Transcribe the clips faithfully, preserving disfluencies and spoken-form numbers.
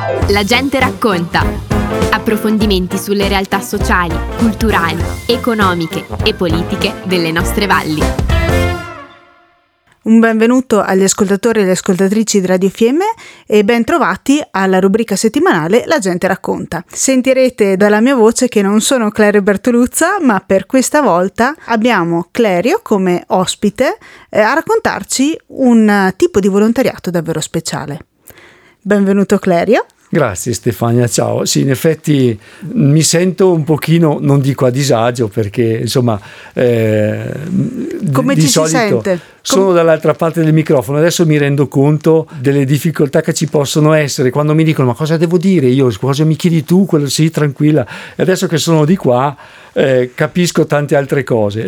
La gente racconta. Approfondimenti sulle realtà sociali, culturali, economiche e politiche delle nostre valli. Un benvenuto agli ascoltatori e alle ascoltatrici di Radio F M e ben trovati alla rubrica settimanale La gente racconta. Sentirete dalla mia voce che non sono Clerio Bertoluzza, ma per questa volta abbiamo Clerio come ospite eh, a raccontarci un tipo di volontariato davvero speciale. Benvenuto Clerio. Grazie Stefania, ciao. Sì, in effetti mi sento un pochino, non dico a disagio perché insomma eh, come di ci solito si sente? Sono Com- dall'altra parte del microfono, adesso mi rendo conto delle difficoltà che ci possono essere quando mi dicono ma cosa devo dire io, cosa mi chiedi tu, quello sì, tranquilla, e adesso che sono di qua eh, capisco tante altre cose.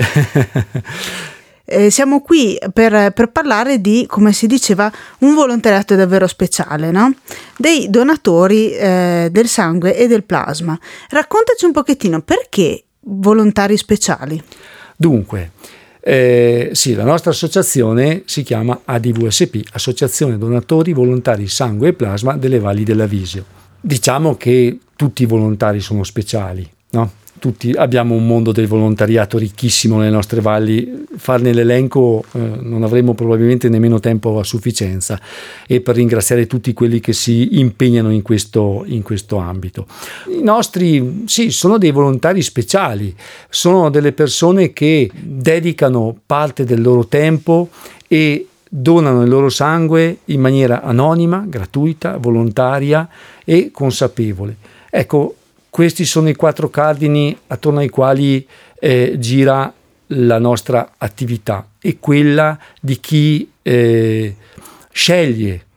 Eh, siamo qui per, per parlare di, come si diceva, un volontariato davvero speciale, no? Dei donatori eh, del sangue e del plasma. Raccontaci un pochettino perché volontari speciali. Dunque, eh, sì, la nostra associazione si chiama A D V S P, Associazione Donatori Volontari Sangue e Plasma delle Valli dell'Avisio. Diciamo che tutti i volontari sono speciali, no? Tutti abbiamo un mondo del volontariato ricchissimo nelle nostre valli, farne l'elenco eh, non avremo probabilmente nemmeno tempo a sufficienza, e per ringraziare tutti quelli che si impegnano in questo, in questo ambito. I nostri sì, sono dei volontari speciali, sono delle persone che dedicano parte del loro tempo e donano il loro sangue in maniera anonima, gratuita, volontaria e consapevole. Ecco, questi sono i quattro cardini attorno ai quali eh, gira la nostra attività e quella di chi eh, sceglie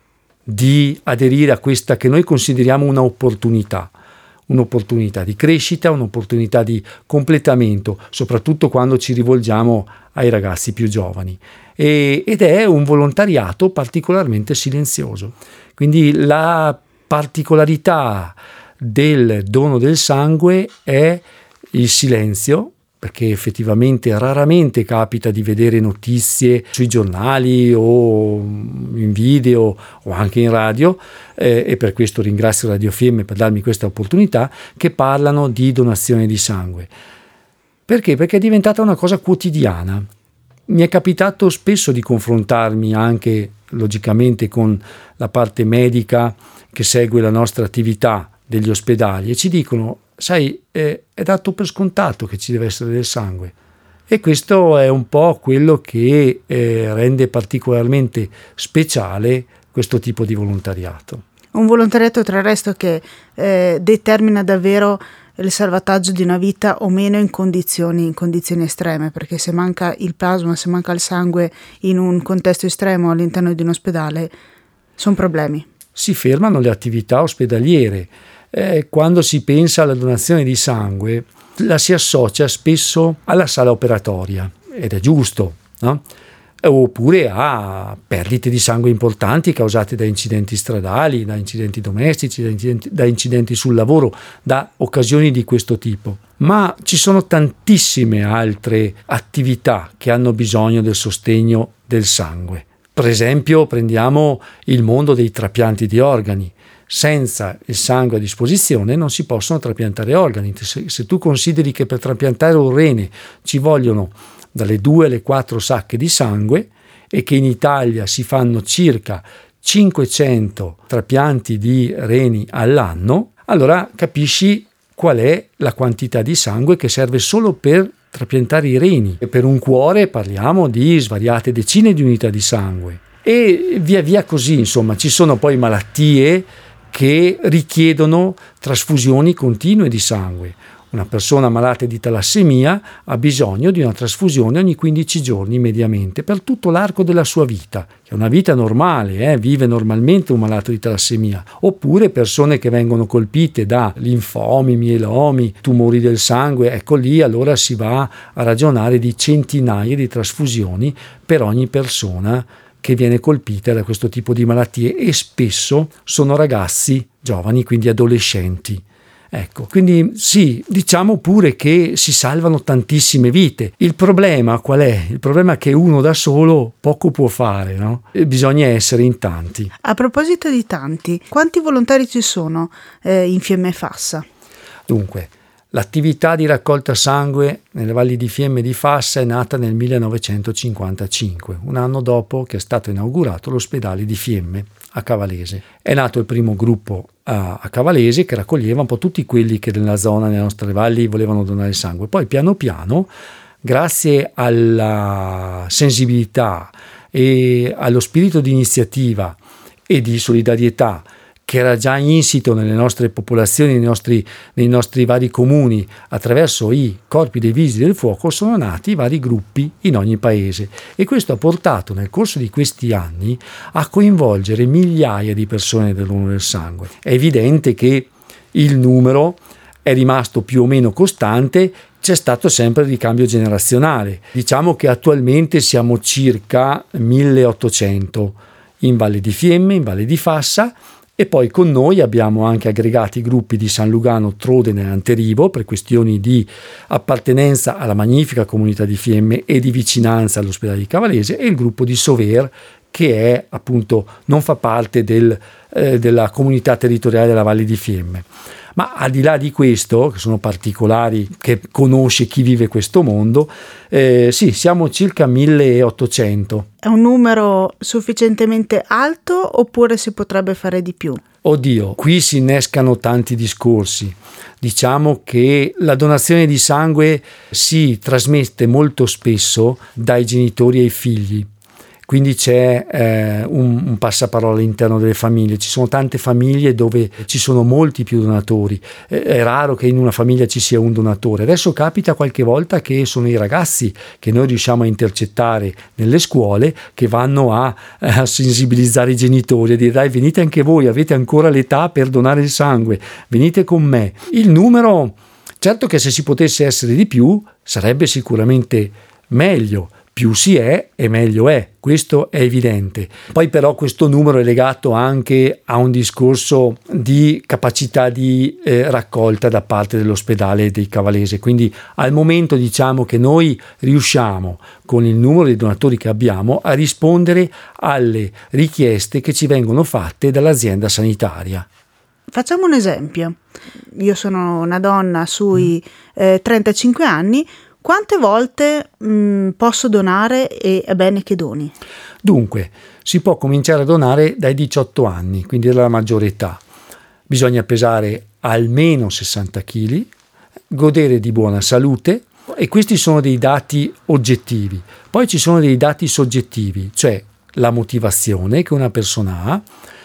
di aderire a questa che noi consideriamo un'opportunità, un'opportunità di crescita, un'opportunità di completamento, soprattutto quando ci rivolgiamo ai ragazzi più giovani. E, ed è un volontariato particolarmente silenzioso. Quindi la particolarità del dono del sangue è il silenzio, perché effettivamente raramente capita di vedere notizie sui giornali o in video o anche in radio, eh, e per questo ringrazio Radio F M per darmi questa opportunità, che parlano di donazione di sangue. Perché? Perché è diventata una cosa quotidiana. Mi è capitato spesso di confrontarmi anche logicamente con la parte medica che segue la nostra attività degli ospedali e ci dicono, sai, è, è dato per scontato che ci deve essere del sangue, e questo è un po' quello che eh, rende particolarmente speciale questo tipo di volontariato. Un volontariato tra il resto che eh, determina davvero il salvataggio di una vita o meno in condizioni, in condizioni estreme, perché se manca il plasma, se manca il sangue in un contesto estremo all'interno di un ospedale sono problemi. Si fermano le attività ospedaliere. Eh, quando si pensa alla donazione di sangue la si associa spesso alla sala operatoria, ed è giusto, no? Oppure a perdite di sangue importanti causate da incidenti stradali, da incidenti domestici, da incidenti, da incidenti sul lavoro, da occasioni di questo tipo. Ma ci sono tantissime altre attività che hanno bisogno del sostegno del sangue. Per esempio, prendiamo il mondo dei trapianti di organi. Senza il sangue a disposizione non si possono trapiantare organi. Se, se tu consideri che per trapiantare un rene ci vogliono dalle due alle quattro sacche di sangue e che in Italia si fanno circa cinquecento trapianti di reni all'anno, allora capisci qual è la quantità di sangue che serve solo per trapiantare i reni. E per un cuore parliamo di svariate decine di unità di sangue. E via via così, insomma, ci sono poi malattie che richiedono trasfusioni continue di sangue. Una persona malata di talassemia ha bisogno di una trasfusione ogni quindici giorni mediamente per tutto l'arco della sua vita, che è una vita normale, eh? Vive normalmente un malato di talassemia. Oppure persone che vengono colpite da linfomi, mielomi, tumori del sangue, ecco lì allora si va a ragionare di centinaia di trasfusioni per ogni persona che viene colpita da questo tipo di malattie, e spesso sono ragazzi giovani, quindi adolescenti. Ecco, quindi sì, diciamo pure che si salvano tantissime vite. Il problema qual è? Il problema è che uno da solo poco può fare, no? E bisogna essere in tanti. A proposito di tanti, quanti volontari ci sono eh, in Fiemme Fassa? Dunque, l'attività di raccolta sangue nelle valli di Fiemme e di Fassa è nata nel millenovecentocinquantacinque, un anno dopo che è stato inaugurato l'ospedale di Fiemme a Cavalese. È nato il primo gruppo a, a Cavalese che raccoglieva un po' tutti quelli che nella zona, nelle nostre valli, volevano donare sangue. Poi piano piano, grazie alla sensibilità e allo spirito di iniziativa e di solidarietà che era già insito nelle nostre popolazioni, nei nostri, nei nostri vari comuni, attraverso i corpi dei vigili del fuoco, sono nati vari gruppi in ogni paese. E questo ha portato nel corso di questi anni a coinvolgere migliaia di persone del dono del sangue. È evidente che il numero è rimasto più o meno costante, c'è stato sempre il ricambio generazionale. Diciamo che attualmente siamo circa milleottocento in Valle di Fiemme, in Valle di Fassa, e poi con noi abbiamo anche aggregati gruppi di San Lugano, Trodene e Anterivo per questioni di appartenenza alla magnifica comunità di Fiemme e di vicinanza all'ospedale di Cavalese, e il gruppo di Sover, che è appunto non fa parte del, eh, della comunità territoriale della Valle di Fiemme. Ma al di là di questo, che sono particolari che conosce chi vive questo mondo, eh, sì, siamo circa milleottocento. È un numero sufficientemente alto oppure si potrebbe fare di più? Oddio, qui si innescano tanti discorsi. Diciamo che la donazione di sangue si trasmette molto spesso dai genitori ai figli. Quindi c'è eh, un, un passaparola all'interno delle famiglie, ci sono tante famiglie dove ci sono molti più donatori, eh, è raro che in una famiglia ci sia un donatore. Adesso capita qualche volta che sono i ragazzi che noi riusciamo a intercettare nelle scuole che vanno a, a sensibilizzare i genitori, a dire dai, venite anche voi, avete ancora l'età per donare il sangue, venite con me. Il numero, certo che se si potesse essere di più sarebbe sicuramente meglio. Più si è e meglio è, questo è evidente. Poi però questo numero è legato anche a un discorso di capacità di eh, raccolta da parte dell'ospedale di Cavalese, quindi al momento diciamo che noi riusciamo con il numero di donatori che abbiamo a rispondere alle richieste che ci vengono fatte dall'azienda sanitaria. Facciamo un esempio, io sono una donna sui eh, trentacinque anni. Quante volte mh, posso donare e è bene che doni? Dunque, si può cominciare a donare dai diciotto anni, quindi dalla maggiore età. Bisogna pesare almeno sessanta chili, godere di buona salute, e questi sono dei dati oggettivi. Poi ci sono dei dati soggettivi, cioè la motivazione che una persona ha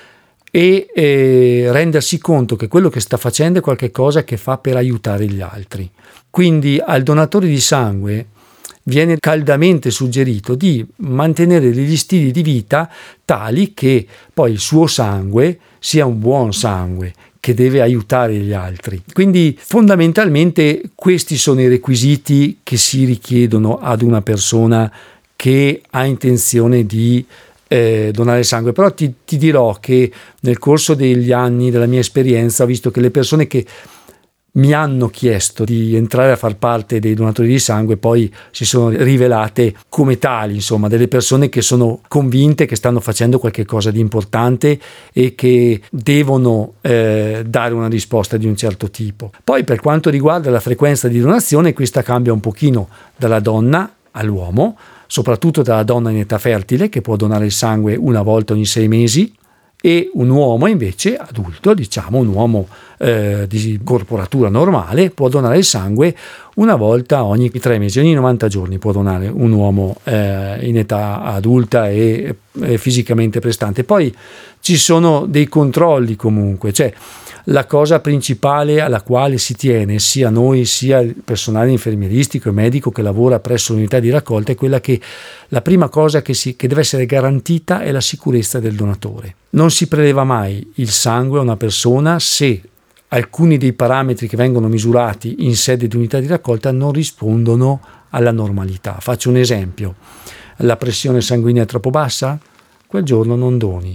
e eh, rendersi conto che quello che sta facendo è qualcosa che fa per aiutare gli altri. Quindi al donatore di sangue viene caldamente suggerito di mantenere degli stili di vita tali che poi il suo sangue sia un buon sangue che deve aiutare gli altri. Quindi fondamentalmente questi sono i requisiti che si richiedono ad una persona che ha intenzione di eh, donare sangue. Però ti, ti dirò che nel corso degli anni della mia esperienza ho visto che le persone che mi hanno chiesto di entrare a far parte dei donatori di sangue poi si sono rivelate come tali, insomma, delle persone che sono convinte che stanno facendo qualche cosa di importante e che devono eh, dare una risposta di un certo tipo. Poi per quanto riguarda la frequenza di donazione, questa cambia un pochino dalla donna all'uomo, soprattutto dalla donna in età fertile che può donare il sangue una volta ogni sei mesi, e un uomo invece adulto, diciamo un uomo eh, di corporatura normale, può donare il sangue una volta ogni tre mesi, ogni novanta giorni può donare un uomo eh, in età adulta e, e fisicamente prestante. Poi ci sono dei controlli comunque, cioè la cosa principale alla quale si tiene sia noi sia il personale infermieristico e medico che lavora presso l'unità di raccolta è quella che la prima cosa che, si, che deve essere garantita è la sicurezza del donatore. Non si preleva mai il sangue a una persona se alcuni dei parametri che vengono misurati in sede di unità di raccolta non rispondono alla normalità. Faccio un esempio: la pressione sanguigna è troppo bassa? Quel giorno non doni.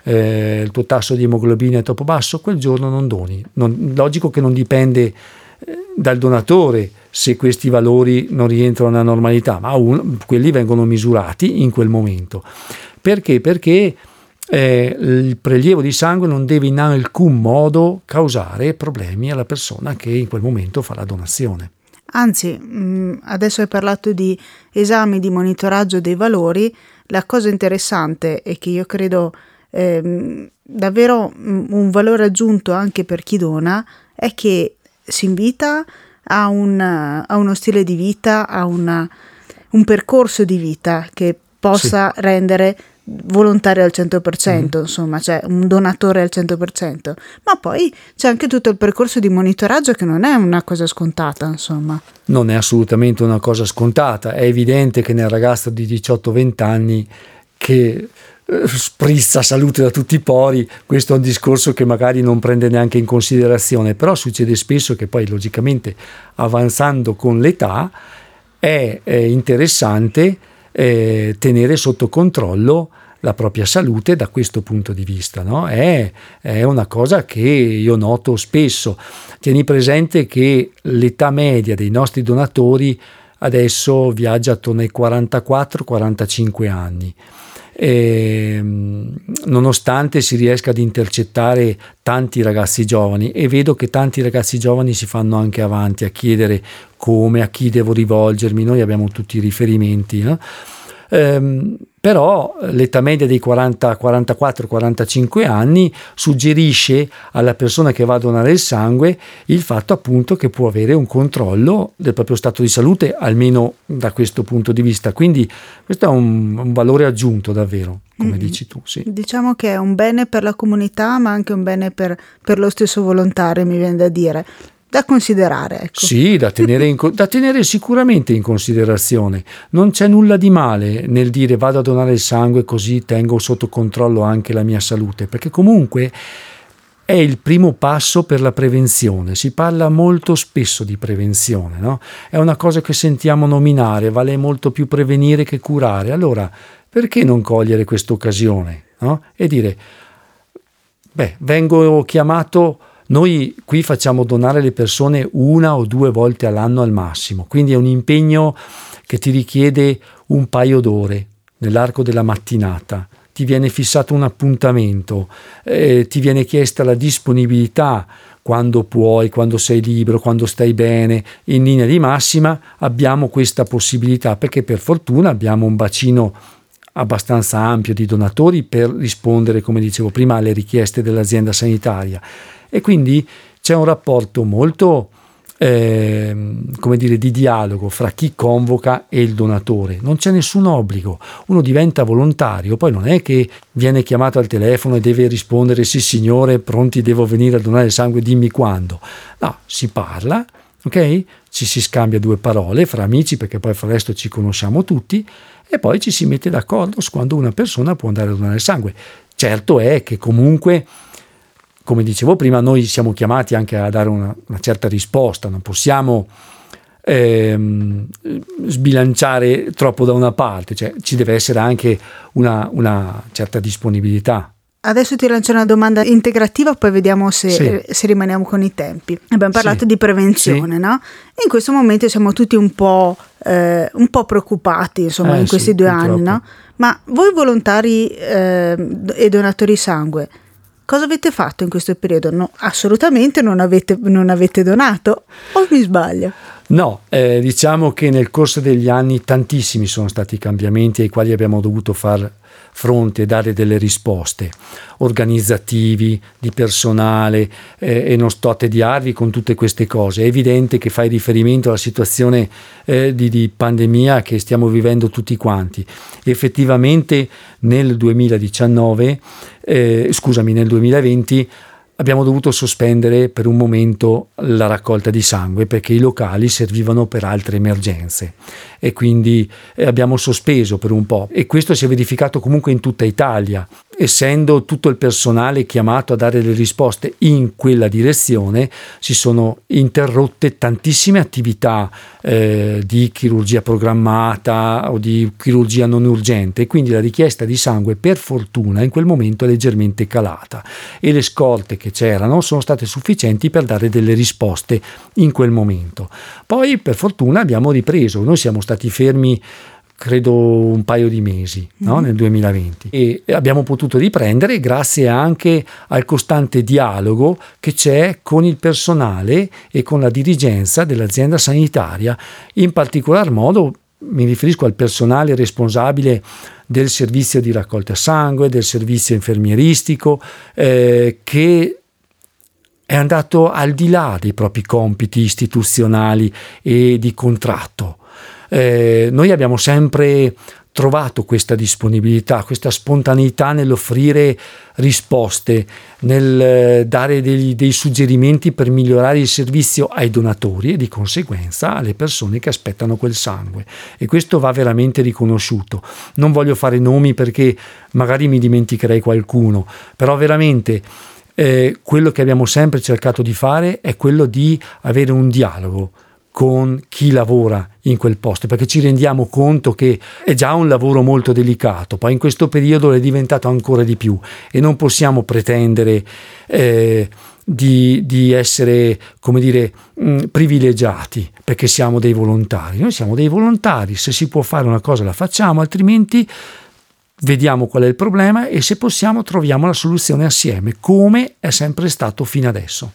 eh, il tuo tasso di emoglobina è troppo basso, quel giorno non doni. Non, logico che non dipende eh, dal donatore se questi valori non rientrano nella normalità, ma un, quelli vengono misurati in quel momento. Perché? Perché eh, il prelievo di sangue non deve in alcun modo causare problemi alla persona che in quel momento fa la donazione. Anzi, adesso hai parlato di esami di monitoraggio dei valori. La cosa interessante è che io credo eh, davvero un valore aggiunto anche per chi dona è che si invita a, un, a uno stile di vita, a una, un percorso di vita che possa sì. rendere volontario al cento per cento, mm. insomma, cioè un donatore al cento per cento, ma poi c'è anche tutto il percorso di monitoraggio che non è una cosa scontata, insomma. Non è assolutamente una cosa scontata. È evidente che nel ragazzo di diciotto venti anni che eh, sprizza salute da tutti i pori, questo è un discorso che magari non prende neanche in considerazione, però succede spesso che poi logicamente avanzando con l'età è, è interessante Eh, tenere sotto controllo la propria salute da questo punto di vista, no? È, è una cosa che io noto spesso. Tieni presente che l'età media dei nostri donatori adesso viaggia attorno ai quarantaquattro quarantacinque anni. E, nonostante si riesca ad intercettare tanti ragazzi giovani, e vedo che tanti ragazzi giovani si fanno anche avanti a chiedere come, a chi devo rivolgermi, noi abbiamo tutti i riferimenti, no? Ehm, però l'età media dei quaranta, quarantaquattro quarantacinque anni suggerisce alla persona che va a donare il sangue il fatto appunto che può avere un controllo del proprio stato di salute, almeno da questo punto di vista. Quindi questo è un, un valore aggiunto davvero, come mm-hmm. dici tu. Sì. Diciamo che è un bene per la comunità, ma anche un bene per, per lo stesso volontario, mi viene da dire. Da considerare, ecco. Sì, da tenere, in, da tenere sicuramente in considerazione. Non c'è nulla di male nel dire vado a donare il sangue così tengo sotto controllo anche la mia salute, perché comunque è il primo passo per la prevenzione. Si parla molto spesso di prevenzione, no? È una cosa che sentiamo nominare, vale molto più prevenire che curare. Allora, perché non cogliere questa occasione, no? E dire, beh, vengo chiamato. Noi qui facciamo donare le persone una o due volte all'anno al massimo, quindi è un impegno che ti richiede un paio d'ore nell'arco della mattinata. Ti viene fissato un appuntamento, eh, ti viene chiesta la disponibilità quando puoi, quando sei libero, quando stai bene. In linea di massima abbiamo questa possibilità perché per fortuna abbiamo un bacino abbastanza ampio di donatori per rispondere, come dicevo prima, alle richieste dell'azienda sanitaria. E quindi c'è un rapporto molto eh, come dire di dialogo fra chi convoca e il donatore. Non c'è nessun obbligo, uno diventa volontario, poi non è che viene chiamato al telefono e deve rispondere sì signore, pronti, devo venire a donare sangue, dimmi quando. No, si parla, ok? Ci si scambia due parole fra amici, perché poi fra il resto ci conosciamo tutti, e poi ci si mette d'accordo su quando una persona può andare a donare sangue. Certo è che comunque, come dicevo prima, noi siamo chiamati anche a dare una, una certa risposta, non possiamo ehm, sbilanciare troppo da una parte, cioè ci deve essere anche una, una certa disponibilità. Adesso ti lancio una domanda integrativa, poi vediamo se, sì. se rimaniamo con i tempi. Abbiamo parlato sì. di prevenzione, sì. no? In questo momento siamo tutti un po', eh, un po' preoccupati, insomma, eh, in questi sì, due purtroppo. anni, no? Ma voi volontari eh, e donatori sangue, cosa avete fatto in questo periodo? No, assolutamente non avete, non avete donato, o mi sbaglio? No, eh, diciamo che nel corso degli anni tantissimi sono stati i cambiamenti ai quali abbiamo dovuto far fronte e dare delle risposte organizzativi, di personale, eh, e non sto a tediarvi con tutte queste cose. È evidente che fai riferimento alla situazione eh, di, di pandemia che stiamo vivendo tutti quanti. Effettivamente nel duemiladiciannove, eh, scusami, nel duemilaventi abbiamo dovuto sospendere per un momento la raccolta di sangue perché i locali servivano per altre emergenze e quindi abbiamo sospeso per un po', e questo si è verificato comunque in tutta Italia. essendo tutto il personale chiamato a dare le risposte in quella direzione, si sono interrotte tantissime attività eh, di chirurgia programmata o di chirurgia non urgente, quindi la richiesta di sangue per fortuna in quel momento è leggermente calata e le scorte che c'erano sono state sufficienti per dare delle risposte in quel momento. Poi per fortuna abbiamo ripreso, noi siamo stati fermi credo un paio di mesi, no? Nel duemilaventi, e abbiamo potuto riprendere grazie anche al costante dialogo che c'è con il personale e con la dirigenza dell'azienda sanitaria. In particolar modo mi riferisco al personale responsabile del servizio di raccolta sangue, del servizio infermieristico, eh, che è andato al di là dei propri compiti istituzionali e di contratto. Eh, noi abbiamo sempre trovato questa disponibilità, questa spontaneità nell'offrire risposte, nel dare dei, dei suggerimenti per migliorare il servizio ai donatori e di conseguenza alle persone che aspettano quel sangue, e questo va veramente riconosciuto. Non voglio fare nomi perché magari mi dimenticherei qualcuno, però veramente eh, quello che abbiamo sempre cercato di fare è quello di avere un dialogo con chi lavora in quel posto, perché ci rendiamo conto che è già un lavoro molto delicato, poi in questo periodo è diventato ancora di più e non possiamo pretendere eh, di, di essere, come dire, mh, privilegiati perché siamo dei volontari. Noi siamo dei volontari, se si può fare una cosa la facciamo, altrimenti vediamo qual è il problema e se possiamo troviamo la soluzione assieme, come è sempre stato fino adesso.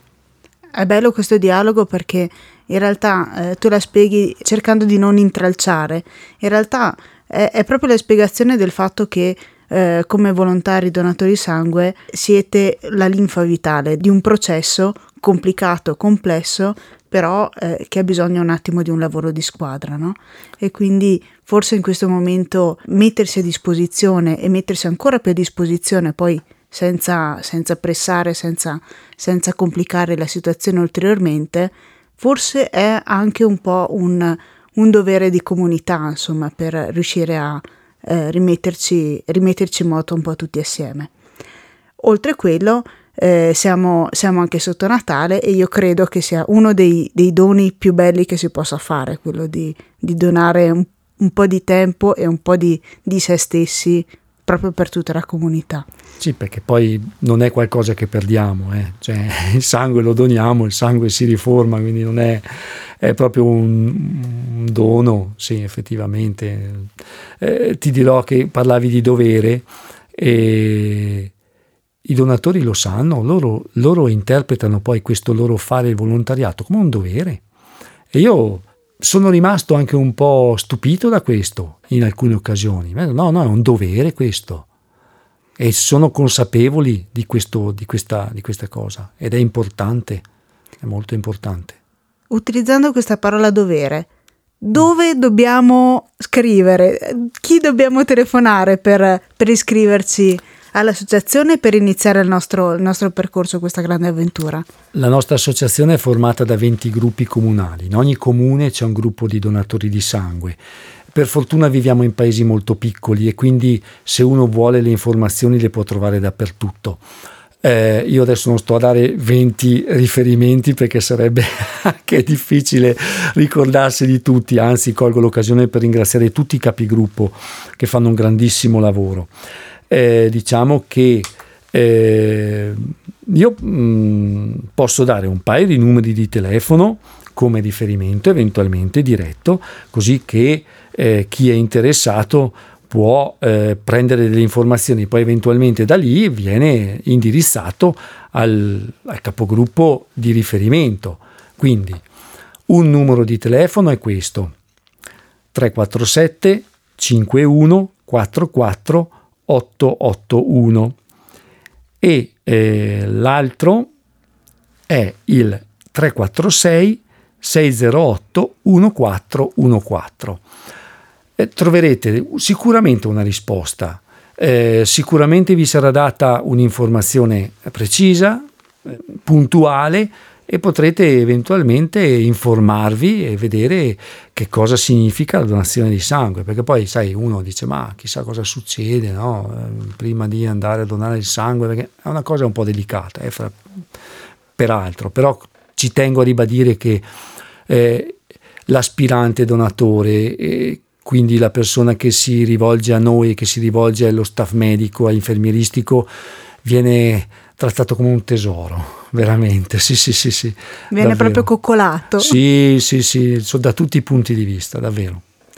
È bello questo dialogo perché in realtà eh, tu la spieghi cercando di non intralciare. In realtà è, è proprio la spiegazione del fatto che eh, come volontari donatori sangue siete la linfa vitale di un processo complicato, complesso, però eh, che ha bisogno un attimo di un lavoro di squadra, no? E quindi forse in questo momento mettersi a disposizione e mettersi ancora più a disposizione poi senza, senza pressare, senza, senza complicare la situazione ulteriormente, forse è anche un po' un, un dovere di comunità, insomma, per riuscire a eh, rimetterci, rimetterci in moto un po' tutti assieme. Oltre a quello, eh, siamo, siamo anche sotto Natale e io credo che sia uno dei, dei doni più belli che si possa fare, quello di, di donare un, un po' di tempo e un po' di, di se stessi proprio per tutta la comunità. Sì, perché poi non è qualcosa che perdiamo, eh. Cioè, il sangue lo doniamo, il sangue si riforma, quindi non è, è proprio un, un dono, sì, effettivamente. Eh, ti dirò che parlavi di dovere e i donatori lo sanno, loro, loro interpretano poi questo loro fare il volontariato come un dovere. E io sono rimasto anche un po' stupito da questo in alcune occasioni. No, no, è un dovere questo. E sono consapevoli di, questo, di, questa, di questa cosa ed è importante, è molto importante. Utilizzando questa parola dovere, dove dobbiamo scrivere? Chi dobbiamo telefonare per, per iscriverci all'associazione per iniziare il nostro, il nostro percorso, questa grande avventura? La nostra associazione è formata da venti gruppi comunali. In ogni comune c'è un gruppo di donatori di sangue. Per fortuna viviamo in paesi molto piccoli e quindi se uno vuole le informazioni le può trovare dappertutto. Eh, io adesso non sto a dare venti riferimenti perché sarebbe anche difficile ricordarsi di tutti, anzi colgo l'occasione per ringraziare tutti i capigruppo che fanno un grandissimo lavoro. Eh, diciamo che eh, io mh, posso dare un paio di numeri di telefono come riferimento eventualmente diretto, così che eh, chi è interessato può eh, prendere delle informazioni, poi eventualmente da lì viene indirizzato al, al capogruppo di riferimento. Quindi un numero di telefono è questo: tre quattro sette cinque uno quattro quattro otto otto uno e eh, l'altro è il tre quattro sei sei zero otto uno quattro uno quattro. Eh, troverete sicuramente una risposta, eh, sicuramente vi sarà data un'informazione precisa, eh, puntuale, e potrete eventualmente informarvi e vedere che cosa significa la donazione di sangue, perché poi sai, uno dice ma chissà cosa succede, no? Prima di andare a donare il sangue, perché è una cosa un po' delicata, eh, fra, peraltro, però ci tengo a ribadire che eh, l'aspirante donatore, eh, quindi la persona che si rivolge a noi, che si rivolge allo staff medico, infermieristico, viene trattato come un tesoro, veramente, sì sì sì sì. Viene davvero. proprio coccolato. Sì sì sì, so, da tutti i punti di vista, davvero.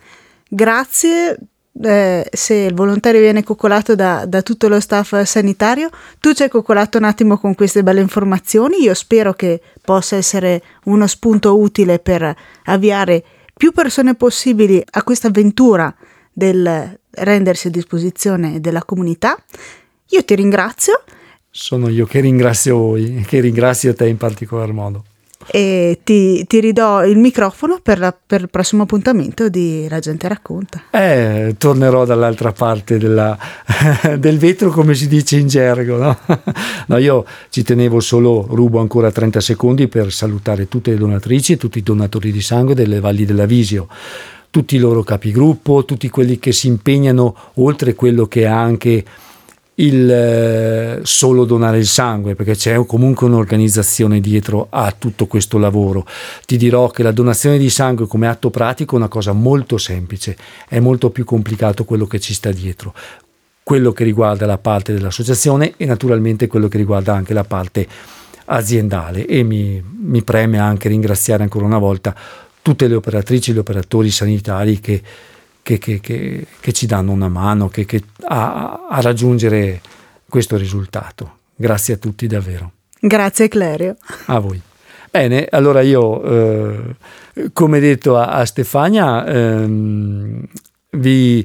Grazie. Eh, se il volontario viene coccolato da, da tutto lo staff sanitario, tu ci hai coccolato un attimo con queste belle informazioni. Io spero che possa essere uno spunto utile per avviare più persone possibili a questa avventura del rendersi a disposizione della comunità. Io ti ringrazio. Sono io che ringrazio voi, che ringrazio te in particolar modo. E ti, ti ridò il microfono per, la, per il prossimo appuntamento di La Gente Racconta. Eh, tornerò dall'altra parte della, del vetro, come si dice in gergo, no? No, io ci tenevo solo, rubo ancora trenta secondi per salutare tutte le donatrici e tutti i donatori di sangue delle Valli dell'Avisio, tutti i loro capigruppo, tutti quelli che si impegnano oltre quello che è anche il eh, solo donare il sangue, perché c'è comunque un'organizzazione dietro a tutto questo lavoro. Ti dirò che la donazione di sangue come atto pratico è una cosa molto semplice, è molto più complicato quello che ci sta dietro, quello che riguarda la parte dell'associazione e naturalmente quello che riguarda anche la parte aziendale, e mi, mi preme anche ringraziare ancora una volta tutte le operatrici e gli operatori sanitari che Che, che, che, che ci danno una mano che, che a, a raggiungere questo risultato. Grazie a tutti davvero. Grazie Clerio. A voi. Bene, allora io eh, come detto a, a Stefania ehm, vi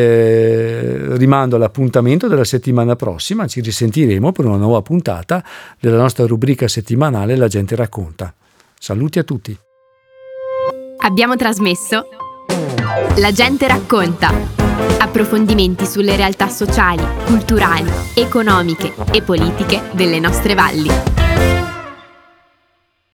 eh, rimando all'appuntamento della settimana prossima. Ci risentiremo per una nuova puntata della nostra rubrica settimanale La Gente Racconta. Saluti a tutti. Abbiamo trasmesso La Gente Racconta. Approfondimenti sulle realtà sociali, culturali, economiche e politiche delle nostre valli.